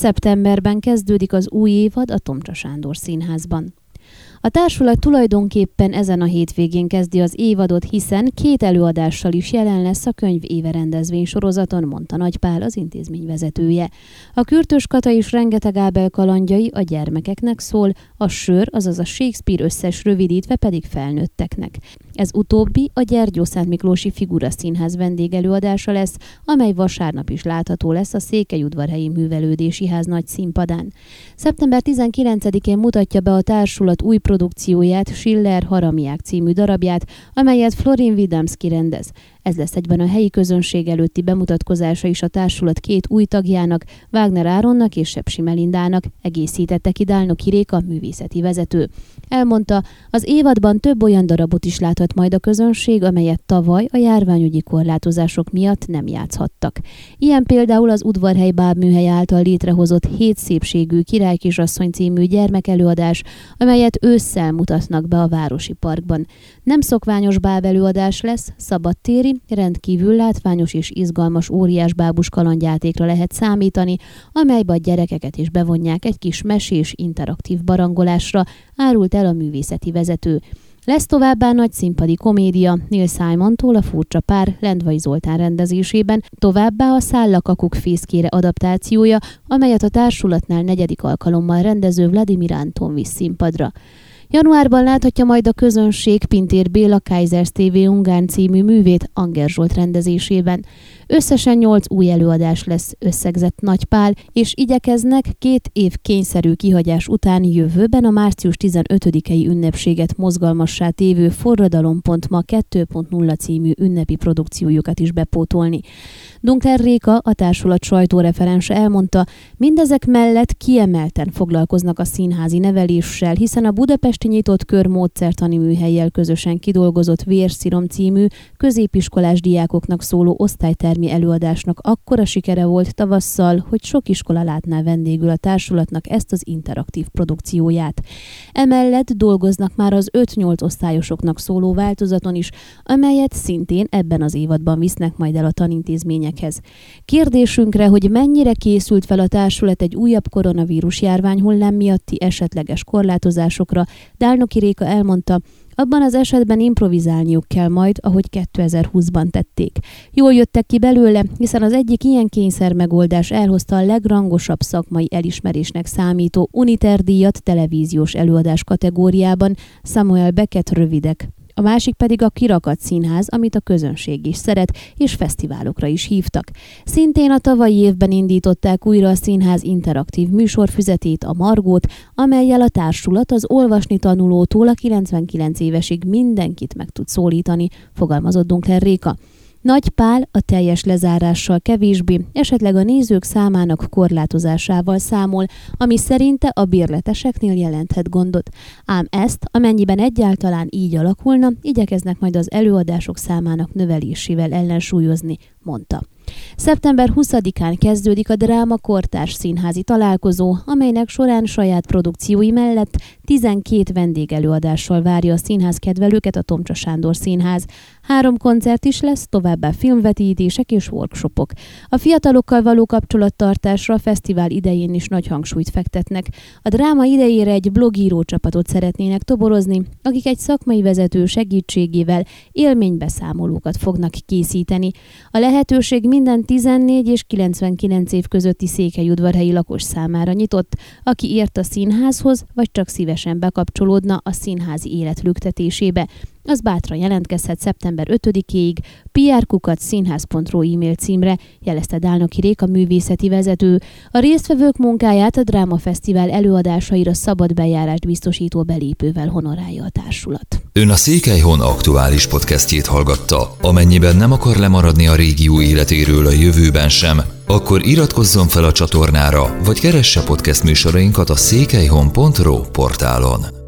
Szeptemberben kezdődik az új évad a Tomcsa Sándor Színházban. A társulat tulajdonképpen ezen a hétvégén kezdi az évadot, hiszen 2 előadással is jelen lesz a könyv éve rendezvény sorozaton, mondta Nagy Pál, az intézmény vezetője. A Kürtös Kata és Rengeteg Ábel kalandjai a gyermekeknek szól, a Sör, azaz a Shakespeare összes rövidítve pedig felnőtteknek. Ez utóbbi a Gyergyószentmiklósi Figura Színház vendégelőadása lesz, amely vasárnap is látható lesz a Székelyudvarhelyi Művelődési Ház nagy színpadán. Szeptember 19-én mutatja be a társulat új produkcióját, Schiller Haramiák című darabját, amelyet Florin Vidamszky rendez. Ez lesz egyben a helyi közönség előtti bemutatkozása is a társulat 2 új tagjának, Wagner Áronnak és Sepsi Melindának, egészítette ki Dálnoki Réka művészeti vezető. Elmondta, az évadban több olyan darabot is láthat majd a közönség, amelyet tavaly a járványügyi korlátozások miatt nem játszhattak. Ilyen például az Udvarhely Bábműhely által létrehozott 7 szépségű Királykisasszony című gyermekelőadás, amelyet ősszel mutatnak be a Városi Parkban. Nem szokványos bábelőadás lesz, szabadtéri, rendkívül látványos és izgalmas óriás bábus kalandjátékra lehet számítani, amelybe a gyerekeket is bevonják egy kis mesés interaktív barangolásra, árult el a művészeti vezető. Lesz továbbá nagy színpadi komédia Neil Simontól, a Furcsa Pár Lendvai Zoltán rendezésében, továbbá a Szállakakuk fészkére adaptációja, amelyet a társulatnál 4. alkalommal rendező Vladimir Anton visz színpadra. Januárban láthatja majd a közönség Pintér Béla Kaisers TV Ungern című művét Anger Zsolt rendezésében. Összesen 8 új előadás lesz, összegzett Nagy Pál, és igyekeznek 2 év kényszerű kihagyás után jövőben a március 15-i ünnepséget mozgalmassá tévő Forradalom.ma 2.0 című ünnepi produkciójukat is bepótolni. Dunkler Réka, a társulat sajtóreferense elmondta, mindezek mellett kiemelten foglalkoznak a színházi neveléssel, hiszen a budapesti nyitott kör módszertani műhellyel közösen kidolgozott Vérszirom című középiskolás diákoknak szóló osztálytermi előadásnak akkora sikere volt tavasszal, hogy sok iskola látná vendégül a társulatnak ezt az interaktív produkcióját. Emellett dolgoznak már az 5-8 osztályosoknak szóló változaton is, amelyet szintén ebben az évadban visznek majd el a tanintézményekhez. Kérdésünkre, hogy mennyire készült fel a társulat egy újabb koronavírus járványhullám miatti esetleges korlátozásokra, Dálnoki Réka elmondta, abban az esetben improvizálniuk kell majd, ahogy 2020-ban tették. Jól jöttek ki belőle, hiszen az egyik ilyen kényszer megoldás elhozta a legrangosabb szakmai elismerésnek számító Uniter-díjat televíziós előadás kategóriában, Samuel Beckett Rövidek. A másik pedig a Kirakat Színház, amit a közönség is szeret, és fesztiválokra is hívtak. Szintén a tavalyi évben indították újra a színház interaktív műsorfüzetét, a Margót, amellyel a társulat az olvasni tanulótól a 99 évesig mindenkit meg tud szólítani, fogalmazott Dunkler Réka. Nagy Pál a teljes lezárással kevésbé, esetleg a nézők számának korlátozásával számol, ami szerinte a bérleteseknél jelenthet gondot. Ám ezt, amennyiben egyáltalán így alakulna, igyekeznek majd az előadások számának növelésével ellensúlyozni, mondta. Szeptember 20-án kezdődik a Dráma Kortárs színházi találkozó, amelynek során saját produkciói mellett 12 vendégelőadással várja a színházkedvelőket a Tomcsa Sándor Színház. 3 koncert is lesz, továbbá filmvetítések és workshopok. A fiatalokkal való kapcsolattartásra a fesztivál idején is nagy hangsúlyt fektetnek. A dráma idejére egy blogíró csapatot szeretnének toborozni, akik egy szakmai vezető segítségével élménybeszámolókat fognak készíteni. A lehetőség minden 14 és 99 év közötti székelyudvarhelyi lakos számára nyitott, aki ért a színházhoz, vagy csak szívesen bekapcsolódna a színházi élet lüktetésébe. Az bátran jelentkezhet szeptember 5-ig prkukac@színház.ru e-mail címre, jelezte Dálnoki Réka művészeti vezető. A résztvevők munkáját a Drámafesztivál előadásaira szabad bejárást biztosító belépővel honorálja a társulat. Ön a Székelyhon aktuális podcastjét hallgatta. Amennyiben nem akar lemaradni a régió életéről a jövőben sem, akkor iratkozzon fel a csatornára, vagy keresse podcast műsorainkat a székelyhon.ro portálon.